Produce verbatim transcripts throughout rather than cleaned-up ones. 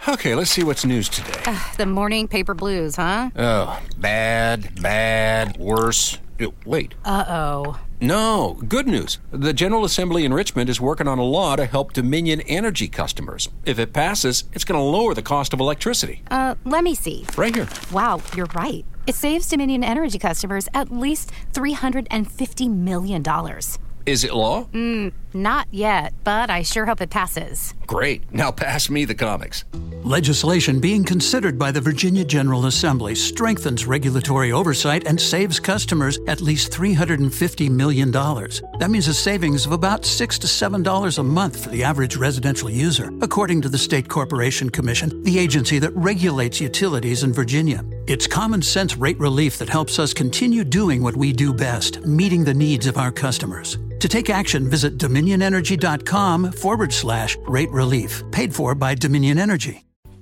Okay, let's see what's news today. Uh, the morning paper blues, huh? Oh, bad, bad, worse. Uh, Wait. Uh-oh. No, good news. The General Assembly in Richmond is working on a law to help Dominion Energy customers. If it passes, it's going to lower the cost of electricity. Uh, let me see. Right here. Wow, you're right. It saves Dominion Energy customers at least three hundred fifty million dollars. Is it law? Mm, not yet, but I sure hope it passes. Great. Now pass me the comics. Legislation being considered by the Virginia General Assembly strengthens regulatory oversight and saves customers at least three hundred fifty million dollars. That means a savings of about six to seven dollars a month for the average residential user, according to the State Corporation Commission, the agency that regulates utilities in Virginia. It's common sense rate relief that helps us continue doing what we do best, meeting the needs of our customers. To take action, visit dominionenergy.com forward slash rate relief. Paid for by Dominion Energy.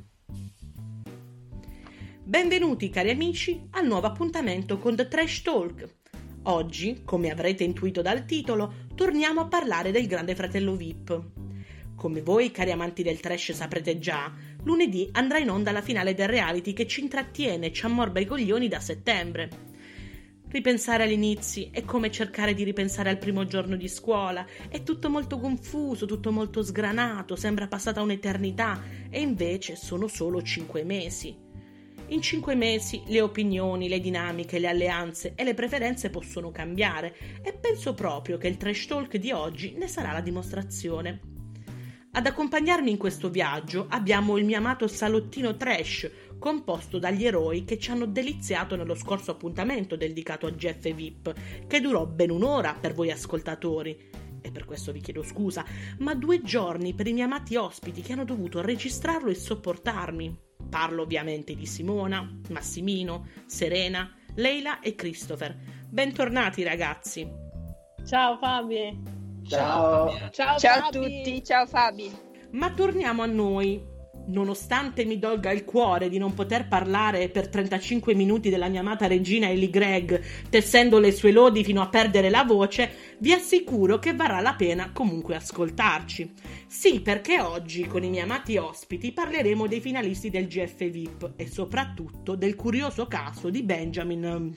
Benvenuti cari amici al nuovo appuntamento con The Trash Talk. Oggi, come avrete intuito dal titolo, torniamo a parlare del Grande Fratello V I P. Come voi cari amanti del trash saprete già, lunedì andrà in onda la finale del reality che ci intrattiene e ci ammorba i coglioni da settembre. Ripensare agli inizi è come cercare di ripensare al primo giorno di scuola, è tutto molto confuso, tutto molto sgranato, sembra passata un'eternità e invece sono solo cinque mesi. In cinque mesi le opinioni, le dinamiche, le alleanze e le preferenze possono cambiare e penso proprio che il trash talk di oggi ne sarà la dimostrazione. Ad accompagnarmi in questo viaggio abbiamo il mio amato salottino trash, composto dagli eroi che ci hanno deliziato nello scorso appuntamento dedicato a G F V I P, che durò ben un'ora per voi ascoltatori. E per questo vi chiedo scusa, ma due giorni per i miei amati ospiti che hanno dovuto registrarlo e sopportarmi. Parlo ovviamente di Simona, Massimino, Serena, Leila e Christopher. Bentornati ragazzi. Ciao Fabi. Ciao. Ciao, Ciao a Fabi. tutti, ciao Fabi. Ma torniamo a noi. Nonostante mi dolga il cuore di non poter parlare per trentacinque minuti della mia amata regina Ellie Gregg, tessendo le sue lodi fino a perdere la voce, vi assicuro che varrà la pena comunque ascoltarci. Sì, perché oggi con i miei amati ospiti parleremo dei finalisti del G F V I P e soprattutto del curioso caso di Benjamin,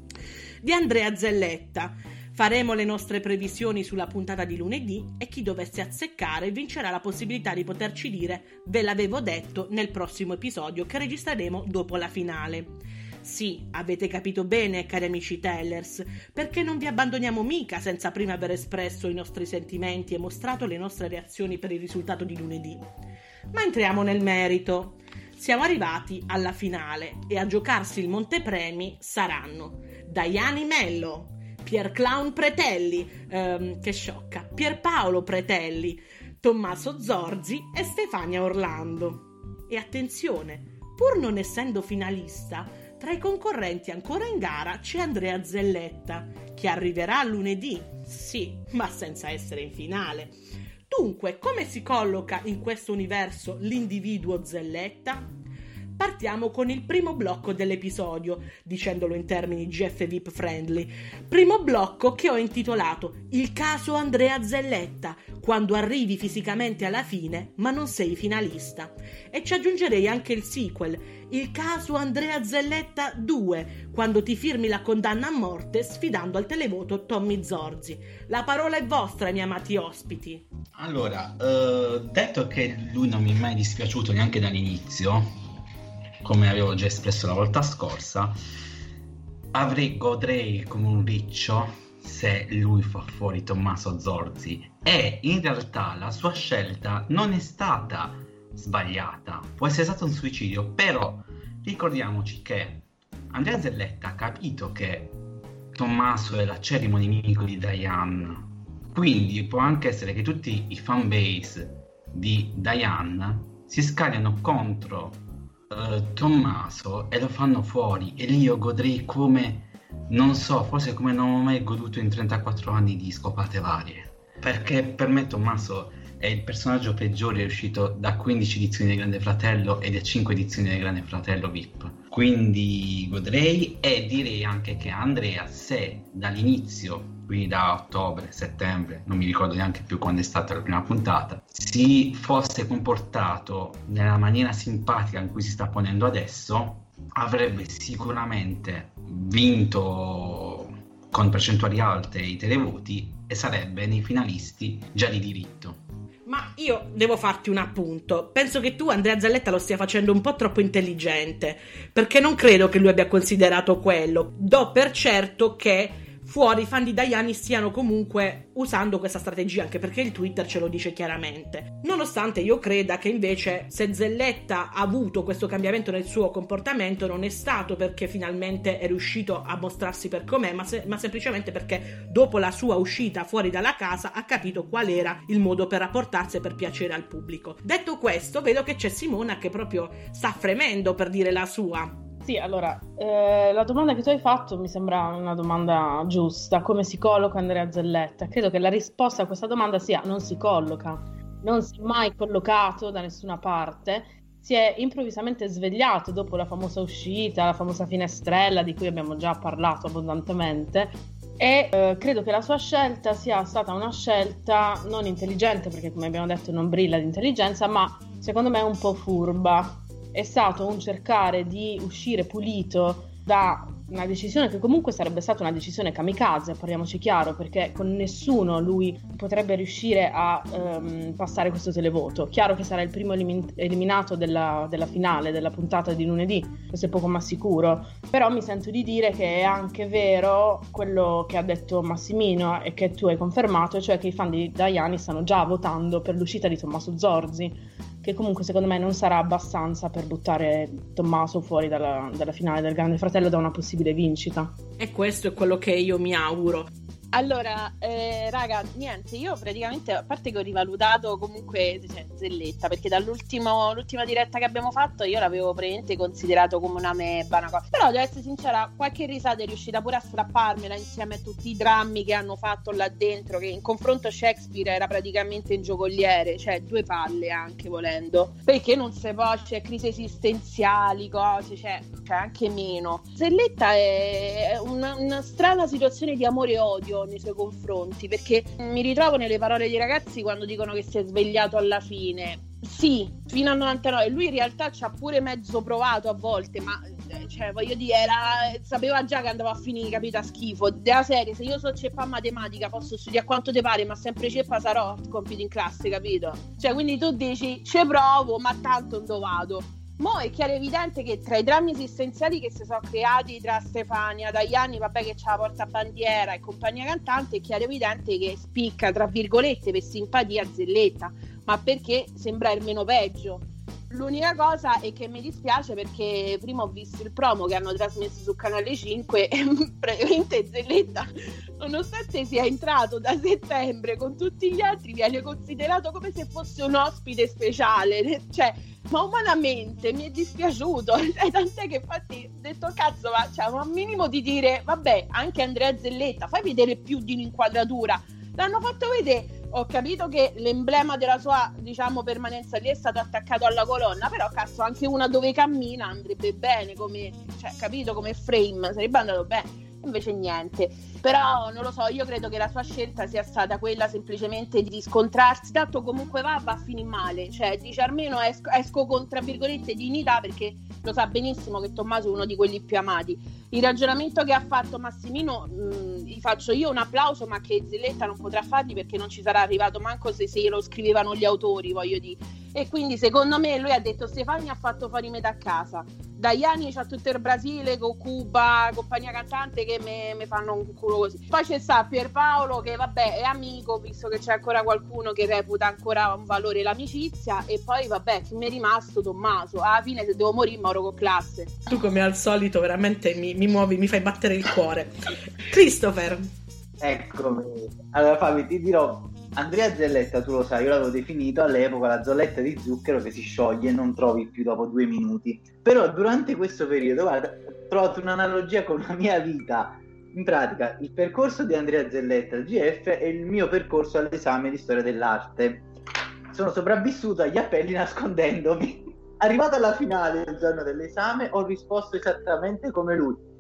di Andrea Zelletta. Faremo le nostre previsioni sulla puntata di lunedì e chi dovesse azzeccare vincerà la possibilità di poterci dire "ve l'avevo detto" nel prossimo episodio che registreremo dopo la finale. Sì, avete capito bene cari amici tellers, perché non vi abbandoniamo mica senza prima aver espresso i nostri sentimenti e mostrato le nostre reazioni per il risultato di lunedì. Ma entriamo nel merito. Siamo arrivati alla finale e a giocarsi il montepremi saranno Daiani Mello, Pierclown Pretelli, ehm, che sciocca, Pierpaolo Pretelli, Tommaso Zorzi e Stefania Orlando. E attenzione, pur non essendo finalista, tra i concorrenti ancora in gara c'è Andrea Zelletta, che arriverà lunedì, sì, ma senza essere in finale. Dunque, come si colloca in questo universo l'individuo Zelletta? Partiamo con il primo blocco dell'episodio, dicendolo in termini G F V I P friendly. Primo blocco che ho intitolato "Il caso Andrea Zelletta", quando arrivi fisicamente alla fine ma non sei finalista. E ci aggiungerei anche il sequel, "Il caso Andrea Zelletta due", quando ti firmi la condanna a morte sfidando al televoto Tommy Zorzi. La parola è vostra, miei amati ospiti. Allora, eh, detto che lui non mi è mai dispiaciuto neanche dall'inizio, come avevo già espresso la volta scorsa, avrei godrei come un riccio se lui fa fuori Tommaso Zorzi, e in realtà la sua scelta non è stata sbagliata, può essere stato un suicidio, però ricordiamoci che Andrea Zelletta ha capito che Tommaso è l'acerrimo nemico di Diane, quindi può anche essere che tutti i fanbase di Diane si scagliano contro Uh, Tommaso e lo fanno fuori, e lì io godrei come, non so, forse come non ho mai goduto in trentaquattro anni di scopate varie, perché per me Tommaso è il personaggio peggiore uscito da quindici edizioni del Grande Fratello e da cinque edizioni del Grande Fratello V I P, quindi godrei. E direi anche che Andrea, se dall'inizio qui da ottobre, settembre, non mi ricordo neanche più quando è stata la prima puntata, si fosse comportato nella maniera simpatica in cui si sta ponendo adesso, avrebbe sicuramente vinto con percentuali alte i televoti e sarebbe nei finalisti già di diritto. Ma io devo farti un appunto. Penso che tu, Andrea Zelletta, lo stia facendo un po' troppo intelligente, perché non credo che lui abbia considerato quello. Do per certo che fuori i fan di Dajani stiano comunque usando questa strategia, anche perché il Twitter ce lo dice chiaramente. Nonostante io creda che invece se Zelletta ha avuto questo cambiamento nel suo comportamento non è stato perché finalmente è riuscito a mostrarsi per com'è, ma, se- ma semplicemente perché dopo la sua uscita fuori dalla casa ha capito qual era il modo per rapportarsi e per piacere al pubblico. Detto questo, vedo che c'è Simona che proprio sta fremendo per dire la sua. Sì, allora, eh, la domanda che tu hai fatto mi sembra una domanda giusta. Come si colloca Andrea Zelletta? Credo che la risposta a questa domanda sia: non si colloca, non si è mai collocato da nessuna parte, si è improvvisamente svegliato dopo la famosa uscita, la famosa finestrella di cui abbiamo già parlato abbondantemente, e eh, credo che la sua scelta sia stata una scelta non intelligente, perché come abbiamo detto non brilla di intelligenza, ma secondo me un po' furba. È stato un cercare di uscire pulito da una decisione che comunque sarebbe stata una decisione kamikaze, parliamoci chiaro, perché con nessuno lui potrebbe riuscire a um, passare questo televoto. Chiaro che sarà il primo elimin- eliminato della, della finale, della puntata di lunedì, questo è poco ma sicuro, però mi sento di dire che è anche vero quello che ha detto Massimino e che tu hai confermato, cioè che i fan di Dajani stanno già votando per l'uscita di Tommaso Zorzi, che comunque secondo me non sarà abbastanza per buttare Tommaso fuori dalla, dalla finale del Grande Fratello da una possibile vincita. E questo è quello che io mi auguro. Allora, eh, raga, niente, io praticamente, a parte che ho rivalutato comunque cioè, Zelletta, perché dall'ultimo l'ultima diretta che abbiamo fatto io l'avevo praticamente considerato come una mebba, una cosa. Però devo essere sincera, qualche risata è riuscita pure a strapparmela insieme a tutti i drammi che hanno fatto là dentro, che in confronto Shakespeare era praticamente un giocoliere, cioè due palle anche volendo, perché non si può, c'è crisi esistenziali, cose, cioè, cioè anche meno. Zelletta è una, una strana situazione di amore e odio nei suoi confronti, perché mi ritrovo nelle parole dei ragazzi quando dicono che si è svegliato alla fine. Sì, fino al novantanove lui in realtà ci ha pure mezzo provato a volte, ma cioè voglio dire, era, sapeva già che andava a finire, capito, a schifo. Della serie, se io so ceppa matematica posso studiare quanto te pare, ma sempre ceppa sarò compiti in classe, capito? Cioè quindi tu dici ci provo, ma tanto non vado. Mo' è chiaro evidente che tra i drammi esistenziali che si sono creati tra Stefania, Dajani, vabbè che c'è la portabandiera e compagnia cantante, è chiaro evidente che spicca tra virgolette per simpatia Zelletta, ma perché sembra il meno peggio. L'unica cosa è che mi dispiace perché prima ho visto il promo che hanno trasmesso su Canale cinque e praticamente Zelletta, nonostante sia entrato da settembre con tutti gli altri, viene considerato come se fosse un ospite speciale, cioè, ma umanamente mi è dispiaciuto, cioè, tant'è che infatti ho detto cazzo, ma cioè, un minimo di dire vabbè, anche Andrea Zelletta, fai vedere più di un'inquadratura. L'hanno fatto vedere. Ho capito che l'emblema della sua, diciamo, permanenza lì è stato attaccato alla colonna, però cazzo anche una dove cammina andrebbe bene, come, cioè, capito, come frame, sarebbe andato bene. Invece niente. Però non lo so, io credo che la sua scelta sia stata quella semplicemente di scontrarsi, tanto comunque va, va a finire male, cioè dice almeno esco, esco con tra virgolette dignità, perché lo sa benissimo che Tommaso è uno di quelli più amati. Il ragionamento che ha fatto Massimino mh, gli faccio io un applauso, ma che Zelletta non potrà fargli perché non ci sarà arrivato manco se, se lo scrivevano gli autori, voglio dire. E quindi secondo me lui ha detto Stefani ha fatto fuori metà a casa, Dajani c'ha tutto il Brasile con Cuba, compagnia cantante che mi fanno un culo così. Poi c'è sta Pierpaolo che vabbè è amico, visto che c'è ancora qualcuno che reputa ancora un valore l'amicizia, e poi vabbè chi mi è rimasto Tommaso. Alla fine se devo morire moro con classe. Tu come al solito veramente mi, mi muovi, mi fai battere il cuore. Christopher. Eccomi. Allora Fabio, ti dirò, Andrea Zelletta, tu lo sai, io l'avevo definito all'epoca la zolletta di zucchero che si scioglie e non trovi più dopo due minuti. Però durante questo periodo, guarda, ho trovato un'analogia con la mia vita. In pratica, il percorso di Andrea Zelletta al G F è il mio percorso all'esame di storia dell'arte. Sono sopravvissuto agli appelli nascondendomi. Arrivato alla finale del giorno dell'esame, ho risposto esattamente come lui.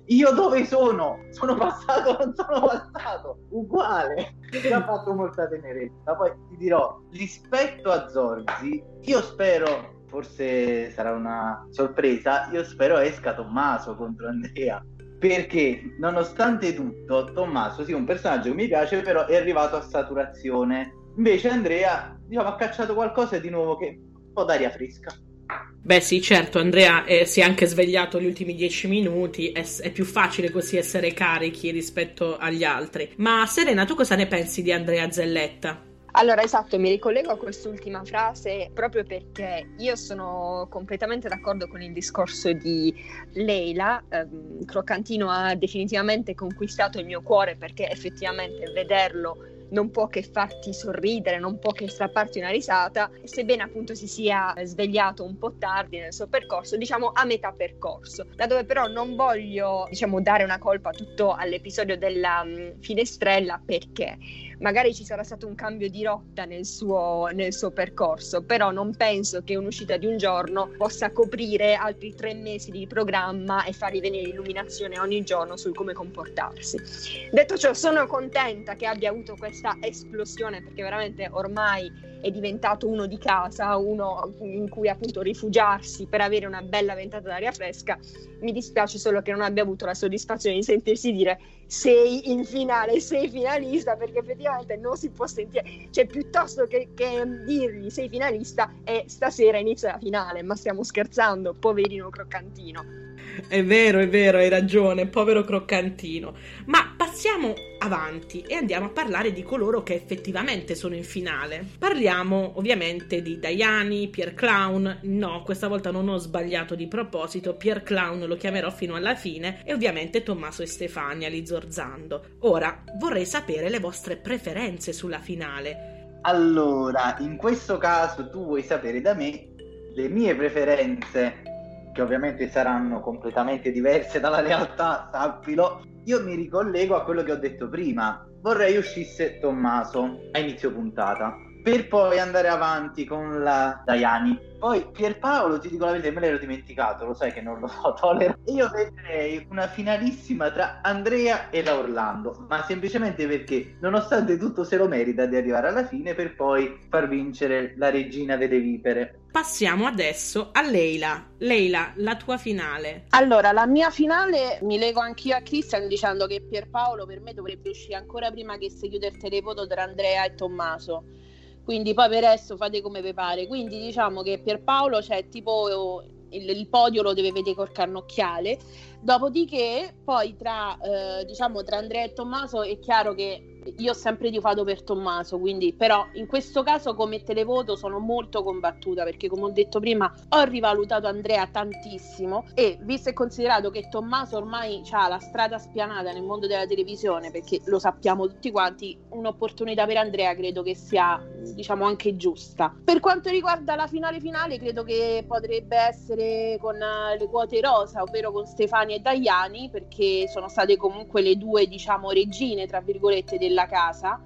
io dove sono? Sono passato, non sono passato, uguale. Mi ha fatto molta tenerezza. Poi ti dirò, rispetto a Zorzi, io spero, forse sarà una sorpresa, io spero esca Tommaso contro Andrea, perché nonostante tutto Tommaso sì, è un personaggio che mi piace, però è arrivato a saturazione. Invece Andrea, diciamo, ha cacciato qualcosa di nuovo, che un po' d'aria fresca. Beh sì, certo, Andrea eh, si è anche svegliato gli ultimi dieci minuti, è, è più facile così essere carichi rispetto agli altri. Ma Serena, tu cosa ne pensi di Andrea Zelletta? Allora, esatto, mi ricollego a quest'ultima frase proprio perché io sono completamente d'accordo con il discorso di Leila. ehm, Croccantino ha definitivamente conquistato il mio cuore, perché effettivamente vederlo non può che farti sorridere, non può che strapparti una risata, sebbene appunto si sia svegliato un po' tardi nel suo percorso, diciamo a metà percorso, da dove però non voglio, diciamo, dare una colpa tutto all'episodio della um, finestrella, perché magari ci sarà stato un cambio di rotta nel suo, nel suo percorso, però non penso che un'uscita di un giorno possa coprire altri tre mesi di programma e fargli venire illuminazione ogni giorno sul come comportarsi. Detto ciò, sono contenta che abbia avuto questa esplosione, perché veramente ormai è diventato uno di casa, uno in cui appunto rifugiarsi per avere una bella ventata d'aria fresca. Mi dispiace solo che non abbia avuto la soddisfazione di sentirsi dire sei in finale, sei finalista, perché effettivamente non si può sentire, cioè piuttosto che, che dirgli sei finalista e stasera inizia la finale, ma stiamo scherzando, poverino Croccantino. È vero, è vero, hai ragione, povero Croccantino. Ma passiamo avanti e andiamo a parlare di coloro che effettivamente sono in finale. Parliamo ovviamente di Daiani, Pierre Clown. No, questa volta non ho sbagliato di proposito, Pierre Clown lo chiamerò fino alla fine, e ovviamente Tommaso e Stefania lì zorzando. Ora vorrei sapere le vostre preferenze sulla finale. Allora, in questo caso tu vuoi sapere da me le mie preferenze, che ovviamente saranno completamente diverse dalla realtà, sappilo. Io mi ricollego a quello che ho detto prima. Vorrei uscisse Tommaso a inizio puntata, per poi andare avanti con la Daiani. Poi Pierpaolo, ti dico la verità, me l'ero dimenticato, lo sai che non lo so, tollero. Io vedrei una finalissima tra Andrea e la Orlando, ma semplicemente perché nonostante tutto se lo merita di arrivare alla fine, per poi far vincere la regina delle vipere. Passiamo adesso a Leila. Leila, la tua finale. Allora, la mia finale, mi lego anch'io a Christian dicendo che Pierpaolo per me dovrebbe uscire ancora prima che si chiude il televoto tra Andrea e Tommaso. Quindi poi per adesso fate come vi pare. Quindi diciamo che Pierpaolo c'è, cioè, tipo il, il podio lo deve vedere col cannocchiale. Dopodiché poi tra eh, diciamo tra Andrea e Tommaso è chiaro che io ho sempre tifato per Tommaso, quindi però in questo caso come televoto sono molto combattuta, perché come ho detto prima ho rivalutato Andrea tantissimo, e visto e considerato che Tommaso ormai ha la strada spianata nel mondo della televisione, perché lo sappiamo tutti quanti, un'opportunità per Andrea credo che sia, diciamo, anche giusta. Per quanto riguarda la finale finale, credo che potrebbe essere con le quote rosa, ovvero con Stefania e Daiani, perché sono state comunque le due, diciamo, regine tra virgolette della casa,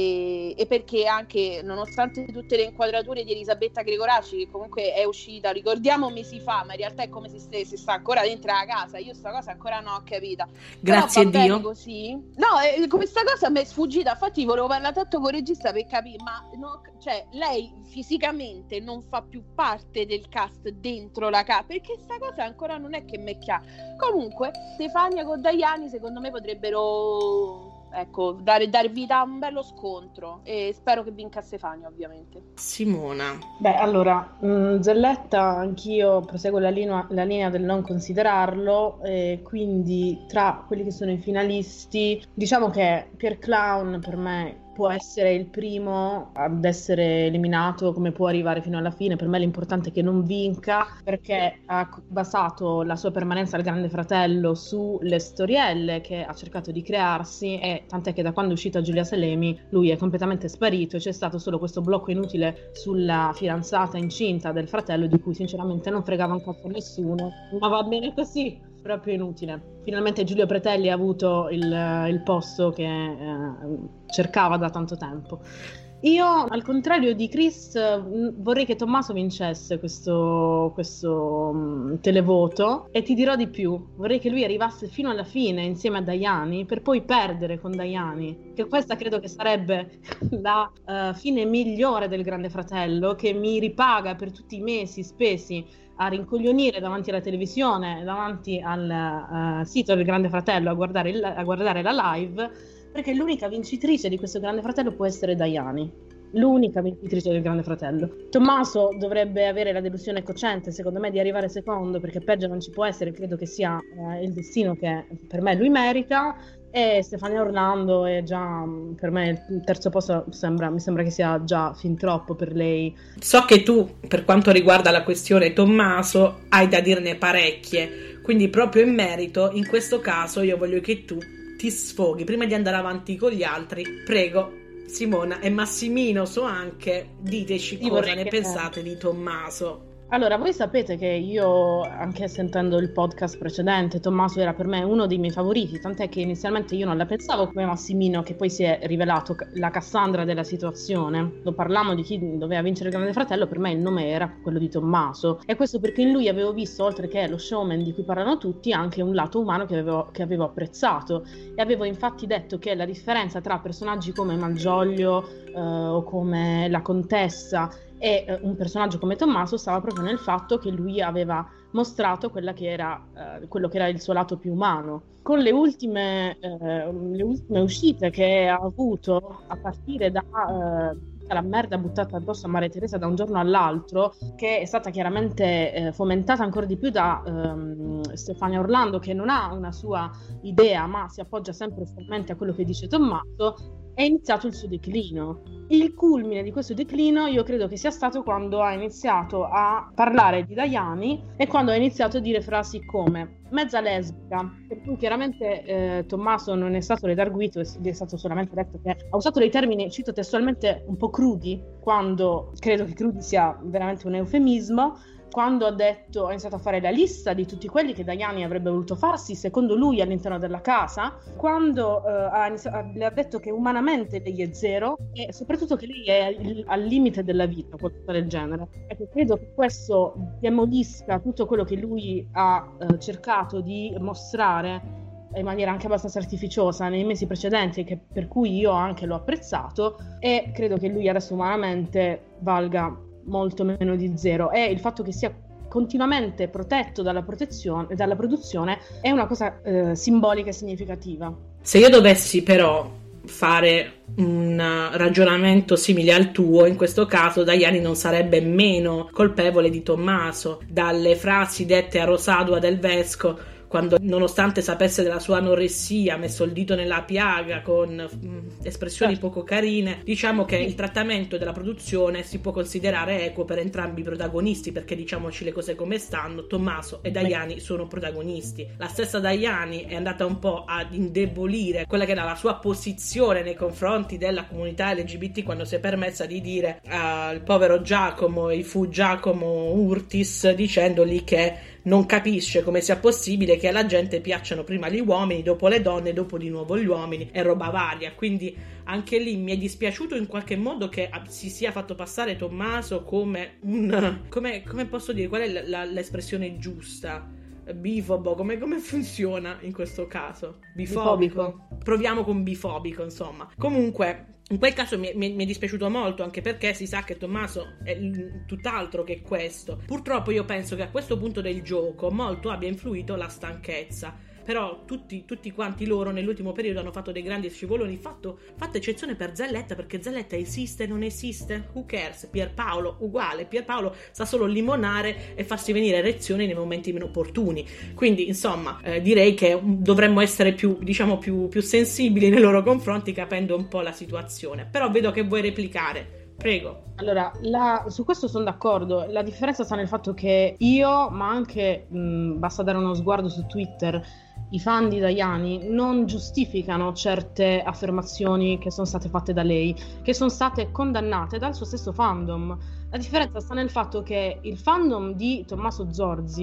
e, e perché anche nonostante tutte le inquadrature di Elisabetta Gregoraci, che comunque è uscita, ricordiamo, mesi fa, ma in realtà è come se stesse sta ancora dentro la casa. Io sta cosa ancora non ho capita. Grazie a Dio. Così. No, eh, questa cosa mi è sfuggita, infatti volevo parlare tanto con il regista per capire, ma no, cioè lei fisicamente non fa più parte del cast dentro la casa, perché sta cosa ancora non è che mi è chiara. Comunque Stefania con Daiani secondo me potrebbero, ecco, dare, dare vita a un bello scontro, e spero che vinca Stefania, ovviamente. Simona. Beh, allora, mh, Zelletta, anch'io proseguo la linea, la linea del non considerarlo, e quindi tra quelli che sono i finalisti, diciamo che Pierre Clown per me può essere il primo ad essere eliminato, come può arrivare fino alla fine. Per me l'importante è che non vinca, perché ha basato la sua permanenza al Grande Fratello sulle storielle che ha cercato di crearsi, e tant'è che da quando è uscita Giulia Salemi lui è completamente sparito, e c'è stato solo questo blocco inutile sulla fidanzata incinta del fratello, di cui sinceramente non fregava un cazzo a nessuno, ma va bene così, proprio inutile. Finalmente Giulio Pretelli ha avuto il, il posto che eh, cercava da tanto tempo. Io, al contrario di Chris, vorrei che Tommaso vincesse questo, questo um, televoto, e ti dirò di più, vorrei che lui arrivasse fino alla fine insieme a Daiani per poi perdere con Daiani, che questa credo che sarebbe la uh, fine migliore del Grande Fratello, che mi ripaga per tutti i mesi spesi a rincoglionire davanti alla televisione, davanti al uh, sito del Grande Fratello a guardare, il, a guardare la live, perché l'unica vincitrice di questo Grande Fratello può essere Daiani, l'unica vincitrice del Grande Fratello. Tommaso dovrebbe avere la delusione cocente, secondo me, di arrivare secondo, perché peggio non ci può essere, credo che sia eh, il destino che per me lui merita, e Stefania Orlando è già, per me, il terzo posto sembra, mi sembra che sia già fin troppo per lei. So che tu, per quanto riguarda la questione Tommaso, hai da dirne parecchie, quindi proprio in merito, in questo caso io voglio che tu ti sfoghi prima di andare avanti con gli altri. Prego, Simona e Massimino, so anche, diteci Io cosa ne che... pensate di Tommaso. Allora, voi sapete che io, anche sentendo il podcast precedente, Tommaso era per me uno dei miei favoriti, tant'è che inizialmente io non la pensavo come Massimino, che poi si è rivelato la Cassandra della situazione. Lo parlammo di chi doveva vincere il Grande Fratello, per me il nome era quello di Tommaso, e questo perché in lui avevo visto, oltre che lo showman di cui parlano tutti, anche un lato umano che avevo, che avevo apprezzato, e avevo infatti detto che la differenza tra personaggi come Malgioglio eh, o come la Contessa e uh, un personaggio come Tommaso stava proprio nel fatto che lui aveva mostrato quella che era, uh, quello che era il suo lato più umano. Con le ultime, uh, le ultime uscite che ha avuto, a partire da uh, la merda buttata addosso a Maria Teresa da un giorno all'altro, che è stata chiaramente eh, fomentata ancora di più da um, Stefania Orlando, che non ha una sua idea ma si appoggia sempre solamente a quello che dice Tommaso, è iniziato il suo declino. Il culmine di questo declino io credo che sia stato quando ha iniziato a parlare di Daiani e quando ha iniziato a dire frasi come mezza lesbica, per cui chiaramente eh, Tommaso non è stato redarguito, è stato solamente detto che ha usato dei termini, cito testualmente, un po' crudi, quando credo che crudi sia veramente un eufemismo, quando ha detto, ha iniziato a fare la lista di tutti quelli che Daiani avrebbe voluto farsi secondo lui all'interno della casa, quando eh, ha iniziato, le ha detto che umanamente lei è zero e soprattutto che lei è il, al limite della vita, qualcosa del genere. Ecco, credo che questo demolisca tutto quello che lui ha eh, cercato di mostrare in maniera anche abbastanza artificiosa nei mesi precedenti, che, per cui io anche l'ho apprezzato, e credo che lui adesso umanamente valga molto meno di zero, e il fatto che sia continuamente protetto dalla protezione, dalla produzione, è una cosa eh, simbolica e significativa. Se io dovessi però fare un ragionamento simile al tuo, in questo caso Daiani non sarebbe meno colpevole di Tommaso. Dalle frasi dette a Rosadua del Vesco, quando, nonostante sapesse della sua anoressia, ha messo il dito nella piaga con mh, espressioni certo. poco carine, diciamo che il trattamento della produzione si può considerare equo per entrambi i protagonisti, perché diciamoci le cose come stanno, Tommaso e Daiani sono protagonisti. La stessa Daiani è andata un po' ad indebolire quella che era la sua posizione nei confronti della comunità L G B T, quando si è permessa di dire al povero Giacomo, il fu Giacomo Urtis, dicendogli che non capisce come sia possibile che alla gente piacciono prima gli uomini, dopo le donne, dopo di nuovo gli uomini e roba varia. Quindi anche lì mi è dispiaciuto in qualche modo che si sia fatto passare Tommaso come un... come, come posso dire, qual è la, la, l'espressione giusta? Bifobo, come, come funziona in questo caso? Bifobico. bifobico. Proviamo con bifobico, insomma. Comunque, in quel caso mi, mi, mi è dispiaciuto molto, anche perché si sa che Tommaso è tutt'altro che questo. Purtroppo io penso che a questo punto del gioco molto abbia influito la stanchezza. Però tutti, tutti quanti loro nell'ultimo periodo hanno fatto dei grandi scivoloni, fatto, fatto eccezione per Zelletta, perché Zelletta esiste, non esiste, who cares? Pierpaolo uguale, Pierpaolo sa solo limonare e farsi venire erezioni nei momenti meno opportuni. Quindi insomma eh, direi che dovremmo essere più, diciamo, più, più sensibili nei loro confronti, capendo un po' la situazione. Però vedo che vuoi replicare. Prego. Allora, la, su questo sono d'accordo. La differenza sta nel fatto che io, ma anche mh, basta dare uno sguardo su Twitter, i fan di Daiani non giustificano certe affermazioni che sono state fatte da lei, che sono state condannate dal suo stesso fandom. La differenza sta nel fatto che il fandom di Tommaso Zorzi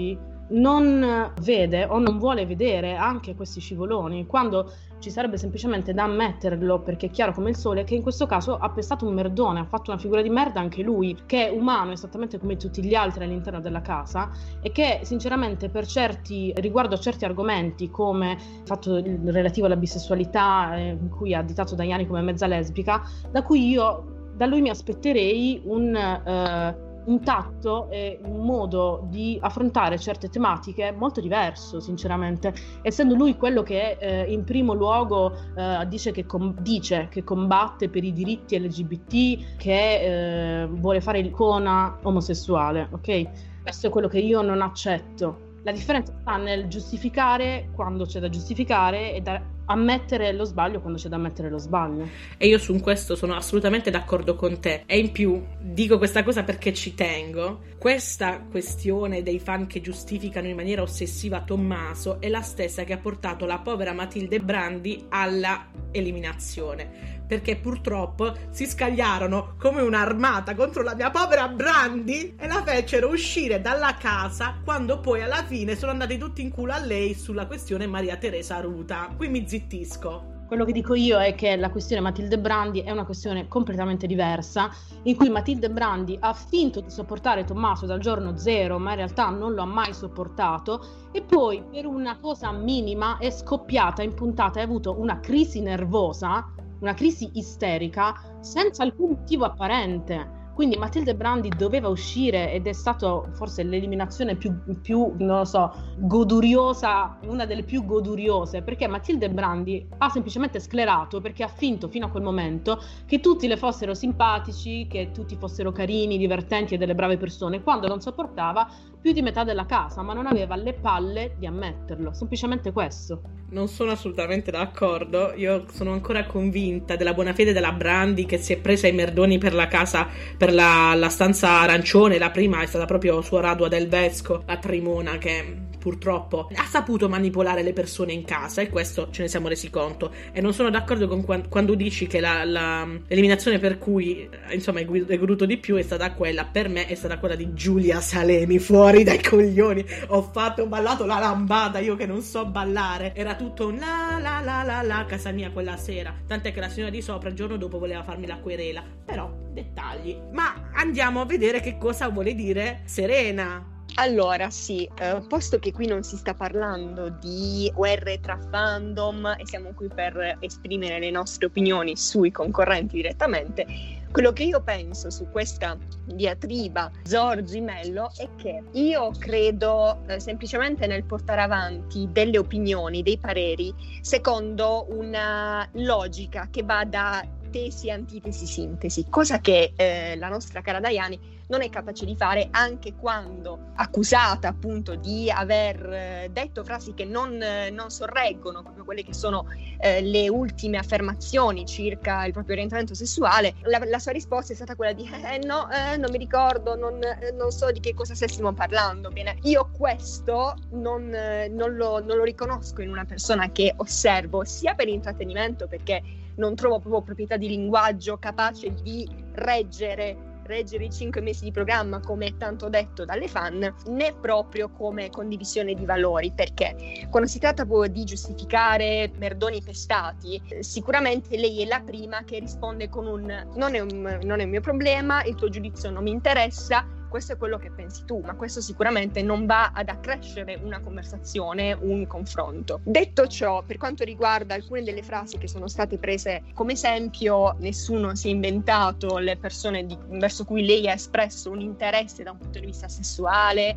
non vede o non vuole vedere anche questi scivoloni, quando ci sarebbe semplicemente da ammetterlo, perché è chiaro come il sole che in questo caso ha pestato un merdone, ha fatto una figura di merda anche lui, che è umano esattamente come tutti gli altri all'interno della casa, e che sinceramente per certi, riguardo a certi argomenti come il fatto relativo alla bisessualità, eh, in cui ha additato Dajani come mezza lesbica, da cui io da lui mi aspetterei un eh, un tatto e un modo di affrontare certe tematiche molto diverso, sinceramente, essendo lui quello che eh, in primo luogo eh, dice, che com- dice che combatte per i diritti L G B T, che eh, vuole fare l'icona omosessuale, ok? Questo è quello che io non accetto. La differenza sta nel giustificare quando c'è da giustificare e da ammettere lo sbaglio quando c'è da ammettere lo sbaglio. E io su questo sono assolutamente d'accordo con te. E in più dico questa cosa perché ci tengo. Questa questione dei fan che giustificano in maniera ossessiva Tommaso è la stessa che ha portato la povera Matilde Brandi alla eliminazione, perché purtroppo si scagliarono come un'armata contro la mia povera Brandi e la fecero uscire dalla casa, quando poi alla fine sono andati tutti in culo a lei sulla questione Maria Teresa Ruta. Qui mi zittisco. Quello che dico io è che la questione Matilde Brandi è una questione completamente diversa, in cui Matilde Brandi ha finto di sopportare Tommaso dal giorno zero, ma in realtà non lo ha mai sopportato, e poi per una cosa minima è scoppiata in puntata e ha avuto una crisi nervosa, una crisi isterica, senza alcun motivo apparente. Quindi Matilde Brandi doveva uscire, ed è stato forse l'eliminazione più, più, non lo so, goduriosa, una delle più goduriose, perché Matilde Brandi ha semplicemente sclerato, perché ha finto fino a quel momento che tutti le fossero simpatici, che tutti fossero carini, divertenti e delle brave persone, quando non sopportava più di metà della casa, ma non aveva le palle di ammetterlo, semplicemente questo. Non sono assolutamente d'accordo, io sono ancora convinta della buona fede della Brandi, che si è presa i merdoni per la casa, per la, la stanza arancione. La prima è stata proprio Suor Adua del Vesco, la Trimona, che purtroppo ha saputo manipolare le persone in casa, e questo ce ne siamo resi conto. E non sono d'accordo con quando, quando dici che la, la, l'eliminazione per cui insomma è goduto di più è stata quella, per me è stata quella di Giulia Salemi. Fuori dai coglioni, ho fatto, ho ballato la lambada, io che non so ballare, era tutto un la la la la la a casa mia quella sera, tant'è che la signora di sopra il giorno dopo voleva farmi la querela, però dettagli. Ma andiamo a vedere che cosa vuole dire Serena. Allora sì, eh, posto che qui non si sta parlando di guerre tra fandom e siamo qui per esprimere le nostre opinioni sui concorrenti direttamente, quello che io penso su questa diatriba Zorzi-Mello è che io credo eh, semplicemente nel portare avanti delle opinioni, dei pareri, secondo una logica che va da tesi, antitesi, sintesi, cosa che eh, la nostra cara Dajani non è capace di fare, anche quando accusata appunto di aver eh, detto frasi che non, eh, non sorreggono proprio quelle che sono eh, le ultime affermazioni circa il proprio orientamento sessuale. La, la sua risposta è stata quella di eh, no, eh, non mi ricordo, non, eh, non so di che cosa stessimo parlando. Bene, io questo non, eh, non, lo, non lo riconosco in una persona che osservo, sia per intrattenimento, perché non trovo proprio proprietà di linguaggio capace di reggere reggere i cinque mesi di programma, come è tanto detto dalle fan, né proprio come condivisione di valori, perché quando si tratta proprio di giustificare merdoni pestati, sicuramente lei è la prima che risponde con un non è un, non è un mio problema, il tuo giudizio non mi interessa, questo è quello che pensi tu, ma questo sicuramente non va ad accrescere una conversazione, un confronto. Detto ciò, per quanto riguarda alcune delle frasi che sono state prese come esempio, nessuno si è inventato le persone di, verso cui lei ha espresso un interesse da un punto di vista sessuale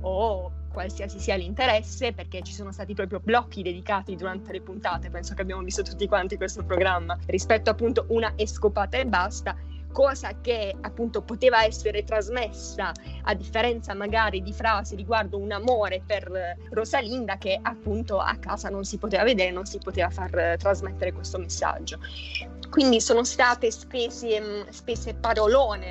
o qualsiasi sia l'interesse, perché ci sono stati proprio blocchi dedicati durante le puntate, penso che abbiamo visto tutti quanti questo programma, rispetto appunto una escopata e basta, cosa che appunto poteva essere trasmessa, a differenza magari di frasi riguardo un amore per Rosalinda, che appunto a casa non si poteva vedere, non si poteva far trasmettere questo messaggio. Quindi sono state spese, spese parolone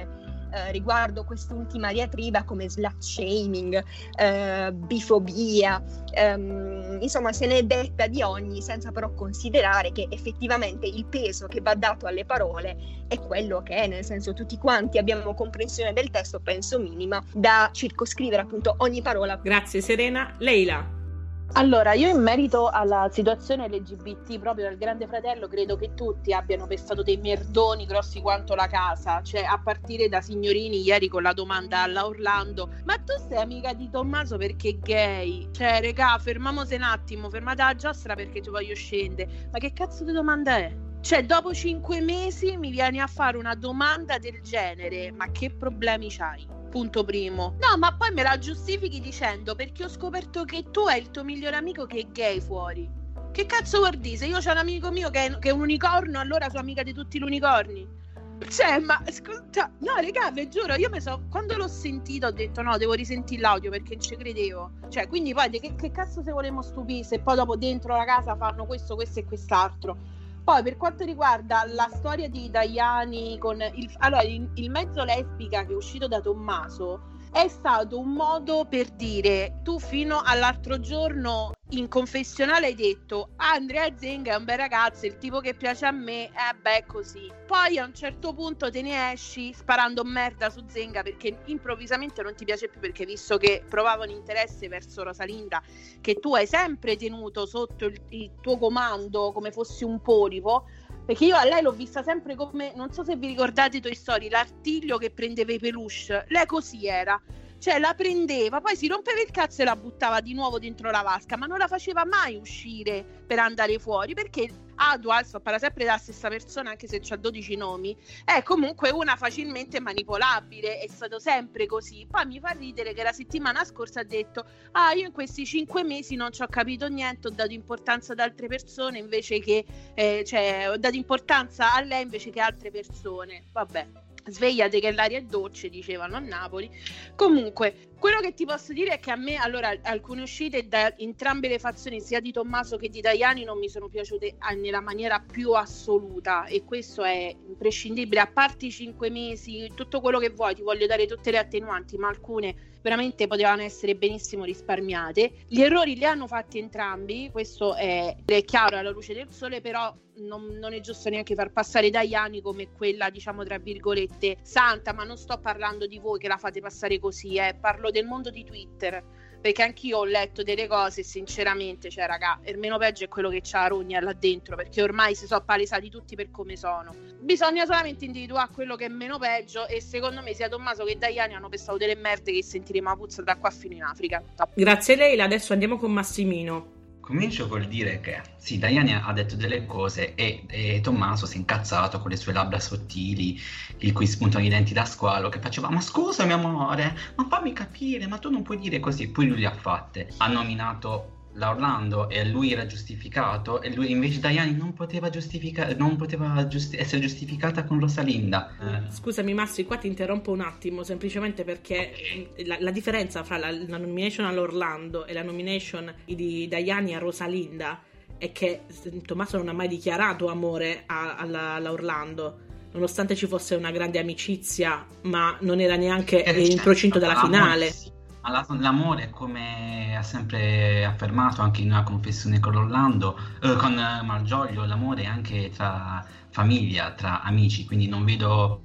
eh, riguardo quest'ultima diatriba come slut shaming, eh, bifobia, ehm, insomma se ne è detta di ogni, senza però considerare che effettivamente il peso che va dato alle parole è quello che è, nel senso tutti quanti abbiamo comprensione del testo, penso minima, da circoscrivere appunto ogni parola. Grazie Serena. Leila. Allora, io in merito alla situazione L G B T proprio del Grande Fratello credo che tutti abbiano pestato dei merdoni grossi quanto la casa, cioè a partire da signorini ieri con la domanda alla Orlando: ma tu sei amica di Tommaso perché è gay? Cioè regà, fermiamoci un attimo, fermate la giostra perché ti voglio scendere. Ma che cazzo di domanda è? Cioè dopo cinque mesi mi vieni a fare una domanda del genere, ma che problemi c'hai? Punto primo. No, ma poi me la giustifichi dicendo perché ho scoperto che tu hai il tuo migliore amico che è gay fuori. Che cazzo vuol dire? Se io c'ho un amico mio che è, che è un unicorno, allora sono amica di tutti gli unicorni? Cioè, ma ascolta, no regà, vi giuro, io mi so, quando l'ho sentito ho detto no, devo risentire l'audio perché non ci credevo. Cioè, quindi poi che, che cazzo se volevamo stupire se poi dopo dentro la casa fanno questo, questo e quest'altro. Poi per quanto riguarda la storia di Daiani con il, allora, il, il mezzo lesbica che è uscito da Tommaso è stato un modo per dire: tu fino all'altro giorno in confessionale hai detto ah, Andrea Zenga è un bel ragazzo, il tipo che piace a me, eh beh è così. Poi a un certo punto te ne esci sparando merda su Zenga perché improvvisamente non ti piace più, perché visto che provava un interesse verso Rosalinda che tu hai sempre tenuto sotto il, il tuo comando come fossi un polipo, perché io a lei l'ho vista sempre come, non so se vi ricordate Toy Story, l'artiglio che prendeva i peluche, lei così era, cioè la prendeva, poi si rompeva il cazzo e la buttava di nuovo dentro la vasca, ma non la faceva mai uscire per andare fuori, perché Adua, sto parla sempre della stessa persona anche se c'ha dodici nomi, è comunque una facilmente manipolabile, è stato sempre così. Poi mi fa ridere che la settimana scorsa ha detto ah, io in questi cinque mesi non ci ho capito niente, ho dato importanza ad altre persone invece che eh, cioè ho dato importanza a lei invece che a altre persone. Vabbè, svegliate che l'aria è dolce, dicevano a Napoli. Comunque quello che ti posso dire è che a me allora alcune uscite da entrambe le fazioni, sia di Tommaso che di Daiani, non mi sono piaciute nella maniera più assoluta, e questo è imprescindibile. A parte i cinque mesi, tutto quello che vuoi, ti voglio dare tutte le attenuanti, ma alcune veramente potevano essere benissimo risparmiate. Gli errori li hanno fatti entrambi, questo è, è chiaro alla luce del sole, però non, non è giusto neanche far passare Daiani come quella, diciamo tra virgolette, santa, ma non sto parlando di voi che la fate passare così, eh. Parlo del mondo di Twitter, perché anch'io ho letto delle cose e sinceramente, cioè raga, il meno peggio è quello che c'ha Rogna là dentro, perché ormai si sono palesati tutti per come sono. Bisogna solamente individuare quello che è meno peggio, e secondo me sia Tommaso che Daiani hanno pestato delle merde che sentiremo a puzza da qua fino in Africa. Grazie Leila, adesso andiamo con Massimino. Comincio col dire che sì, Daiani ha detto delle cose e, e Tommaso si è incazzato con le sue labbra sottili, il cui spuntano i denti da squalo, che faceva ma scusami amore, ma fammi capire, ma tu non puoi dire così. Poi lui le ha fatte, ha nominato la Orlando e lui era giustificato, e lui invece Daiani non poteva giustificare, non poteva giusti- essere giustificata con Rosalinda. Eh. Scusami Massi, qua ti interrompo un attimo, semplicemente perché la, la differenza fra la, la nomination all'Orlando e la nomination di Daiani a Rosalinda è che Tommaso non ha mai dichiarato amore a, alla, alla Orlando, nonostante ci fosse una grande amicizia, ma non era neanche era in procinto della finale. Sì. L'amore, come ha sempre affermato anche in una confessione con Orlando, eh, con Malgioglio, l'amore è anche tra famiglia, tra amici, quindi non vedo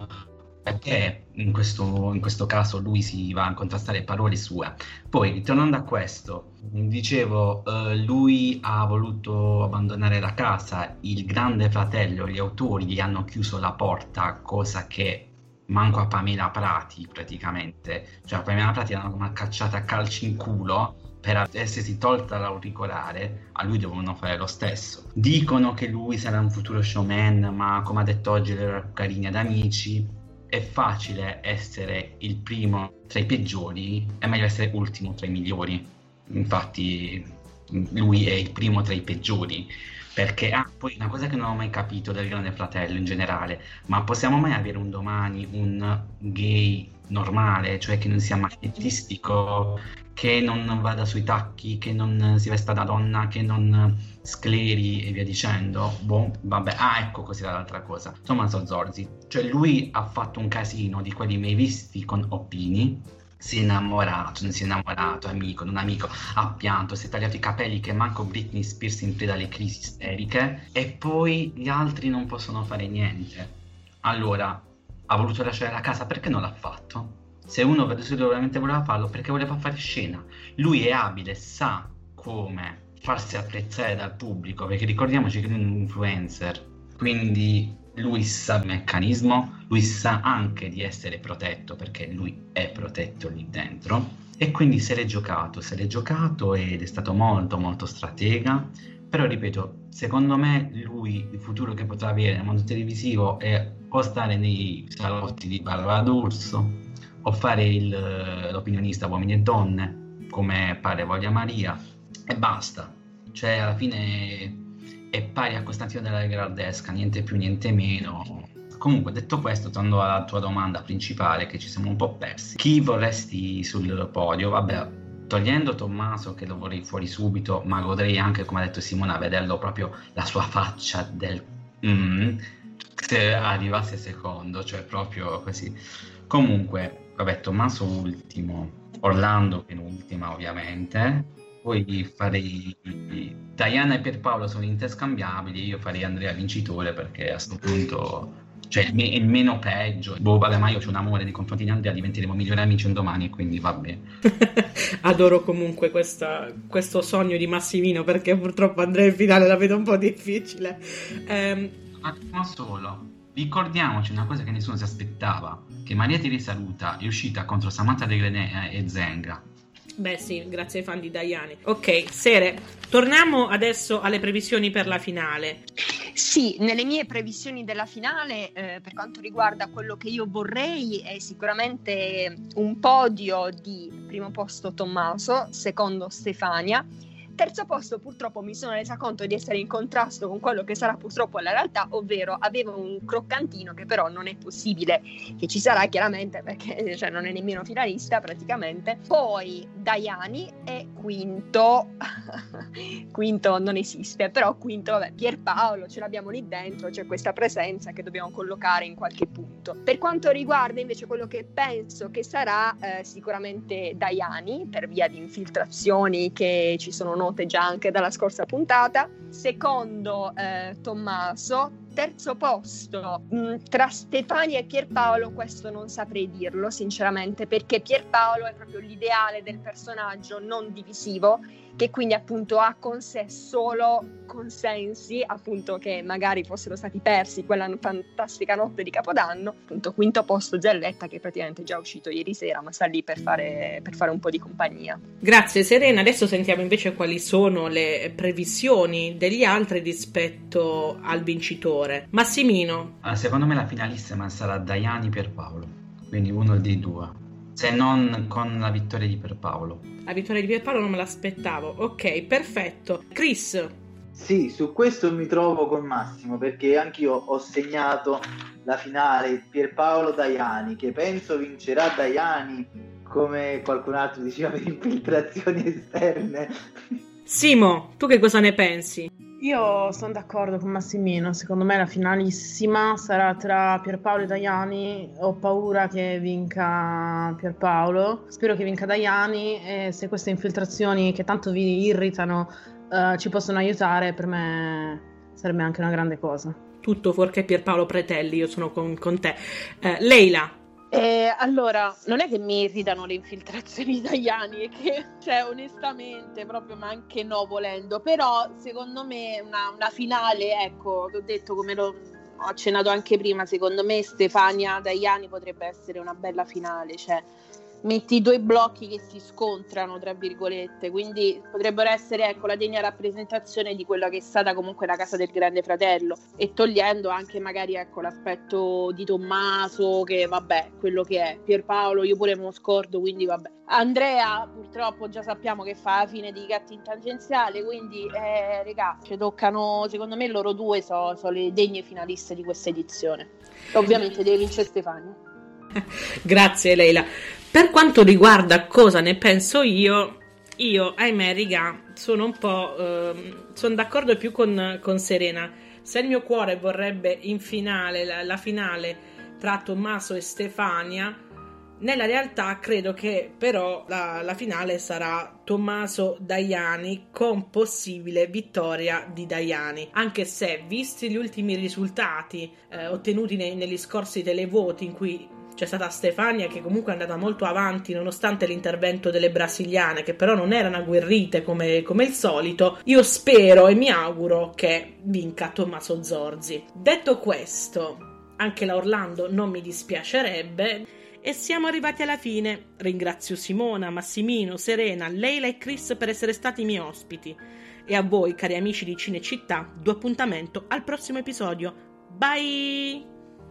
perché in questo, in questo caso lui si va a contrastare parole sue. Poi, ritornando a questo, dicevo, eh, lui ha voluto abbandonare la casa, il Grande Fratello, gli autori gli hanno chiuso la porta, cosa che manco a Pamela Prati praticamente, cioè a Pamela Prati l'hanno cacciata a calci in culo per essersi tolta l'auricolare, a lui devono fare lo stesso. Dicono che lui sarà un futuro showman, ma come ha detto oggi le carini ad amici, è facile essere il primo tra i peggiori, è meglio essere ultimo tra i migliori. Infatti lui è il primo tra i peggiori. Perché, ah, poi una cosa che non ho mai capito del Grande Fratello in generale, ma possiamo mai avere un domani un gay normale, cioè che non sia macchiettistico, che non vada sui tacchi, che non si vesta da donna, che non scleri e via dicendo? Boh, vabbè, ah, ecco cos'era l'altra cosa. Tommaso Zorzi, cioè lui ha fatto un casino di quelli mai visti con Oppini, si è innamorato, non si è innamorato, amico, non amico, ha pianto, si è tagliato i capelli che manco Britney Spears in preda alle crisi isteriche, e poi gli altri non possono fare niente. Allora, ha voluto lasciare la casa, perché non l'ha fatto? Se uno veramente voleva farlo, perché voleva fare scena. Lui è abile, sa come farsi apprezzare dal pubblico, perché ricordiamoci che lui è un influencer, quindi lui sa il meccanismo, lui sa anche di essere protetto, perché lui è protetto lì dentro, e quindi se l'è giocato, se l'è giocato ed è stato molto molto stratega. Però ripeto, secondo me lui il futuro che potrà avere nel mondo televisivo è o stare nei salotti di Barbara D'Urso, o fare il, l'opinionista uomini e donne, come pare voglia Maria, e basta. Cioè alla fine è pari a Costantino della Gherardesca, niente più niente meno. Comunque, detto questo, tornando alla tua domanda principale, che ci siamo un po' persi. Chi vorresti sul podio? Vabbè, togliendo Tommaso, che lo vorrei fuori subito, ma godrei anche, come ha detto Simona, vederlo proprio la sua faccia del mm, se arrivasse secondo, cioè proprio così. Comunque, vabbè, Tommaso ultimo, Orlando penultima ovviamente. Poi farei Diana e Pierpaolo sono interscambiabili, io farei Andrea vincitore, perché a questo punto, cioè il, me- il meno peggio. Boh, vabbè, ma io c'ho un amore nei confronti di Andrea, diventeremo migliori amici un domani, quindi va bene. Adoro comunque questa, questo sogno di Massimino, perché purtroppo Andrea in finale la vedo un po' difficile. Ehm... Ma solo, ricordiamoci una cosa che nessuno si aspettava, che Maria Teresa Ruta è uscita contro Samantha De Grenè e Zenga. Beh sì, grazie ai fan di Diani. Ok, Sere, torniamo adesso alle previsioni per la finale. Sì, nelle mie previsioni della finale, eh, per quanto riguarda quello che io vorrei, è sicuramente un podio di primo posto Tommaso, secondo Stefania. Terzo posto, purtroppo mi sono resa conto di essere in contrasto con quello che sarà purtroppo la realtà, ovvero avevo un croccantino che però non è possibile che ci sarà, chiaramente, perché cioè, non è nemmeno finalista praticamente. Poi Diani e quinto quinto non esiste, però quinto, vabbè, Pierpaolo ce l'abbiamo lì dentro, c'è questa presenza che dobbiamo collocare in qualche punto. Per quanto riguarda invece quello che penso che sarà, eh, sicuramente Diani, per via di infiltrazioni che ci sono note già anche dalla scorsa puntata. Secondo eh, Tommaso. Terzo posto mh, tra Stefania e Pierpaolo, questo non saprei dirlo sinceramente, perché Pierpaolo è proprio l'ideale del personaggio non divisivo, che quindi appunto ha con sé solo consensi, appunto, che magari fossero stati persi quella fantastica notte di Capodanno. Appunto, quinto posto Zelletta, che praticamente è già uscito ieri sera, ma sta lì per fare, per fare un po' di compagnia. Grazie Serena. Adesso sentiamo invece quali sono le previsioni degli altri rispetto al vincitore. Massimino. Allora, secondo me la finalissima sarà Diani Pierpaolo, quindi uno dei due, se non con la vittoria di Pierpaolo. La vittoria di Pierpaolo non me l'aspettavo. Ok, perfetto. Chris. Sì, su questo mi trovo con Massimo, perché anch'io ho segnato la finale Pierpaolo Diani, che penso vincerà Diani, come qualcun altro diceva, per infiltrazioni esterne. Simo, tu che cosa ne pensi? Io sono d'accordo con Massimino, secondo me la finalissima sarà tra Pierpaolo e Diani. Ho paura che vinca Pierpaolo, spero che vinca Diani, e se queste infiltrazioni che tanto vi irritano uh, ci possono aiutare, per me sarebbe anche una grande cosa. Tutto fuorché Pierpaolo Pretelli, io sono con, con te. Eh, Leila. Eh, allora, non è che mi irritano le infiltrazioni italiane, è che, cioè, onestamente, proprio, ma anche no volendo, però secondo me una, una finale, ecco, che ho detto, come lo ho accennato anche prima, secondo me Stefania Diani potrebbe essere una bella finale, cioè metti due blocchi che si scontrano, tra virgolette, quindi potrebbero essere, ecco, la degna rappresentazione di quella che è stata comunque la casa del Grande Fratello, e togliendo anche magari, ecco, l'aspetto di Tommaso, che vabbè, quello che è. Pierpaolo io pure me lo scordo, quindi vabbè. Andrea purtroppo già sappiamo che fa la fine di Gatti in tangenziale, quindi eh, regà, ci toccano, secondo me loro due sono so le degne finaliste di questa edizione. Ovviamente deve vincere Stefania. Grazie Leila. Per quanto riguarda cosa ne penso io, io, ahimè, riga, sono un po', ehm, sono d'accordo più con, con Serena. Se il mio cuore vorrebbe in finale, la, la finale tra Tommaso e Stefania, nella realtà credo che però la, la finale sarà Tommaso-Daiani, con possibile vittoria di Daiani, anche se, visti gli ultimi risultati eh, ottenuti nei, negli scorsi televoti, in cui c'è stata Stefania che comunque è andata molto avanti nonostante l'intervento delle brasiliane, che però non erano agguerrite come, come il solito, io spero e mi auguro che vinca Tommaso Zorzi. Detto questo, anche la Orlando non mi dispiacerebbe. E siamo arrivati alla fine. Ringrazio Simona, Massimino, Serena, Leila e Chris per essere stati i miei ospiti. E a voi, cari amici di Cinecittà, do appuntamento al prossimo episodio. Bye!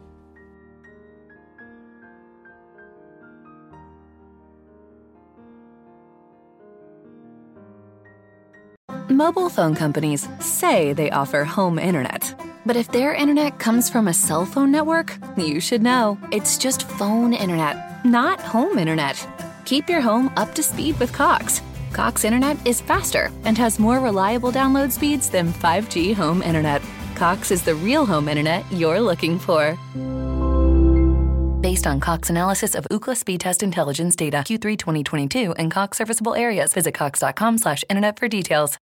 Mobile phone companies say they offer home internet. But if their internet comes from a cell phone network, you should know. It's just phone internet, not home internet. Keep your home up to speed with Cox. Cox internet is faster and has more reliable download speeds than five G home internet. Cox is the real home internet you're looking for. Based on Cox analysis of Ookla speed test intelligence data Q three twenty twenty-two and Cox serviceable areas, visit cox dot com slash internet for details.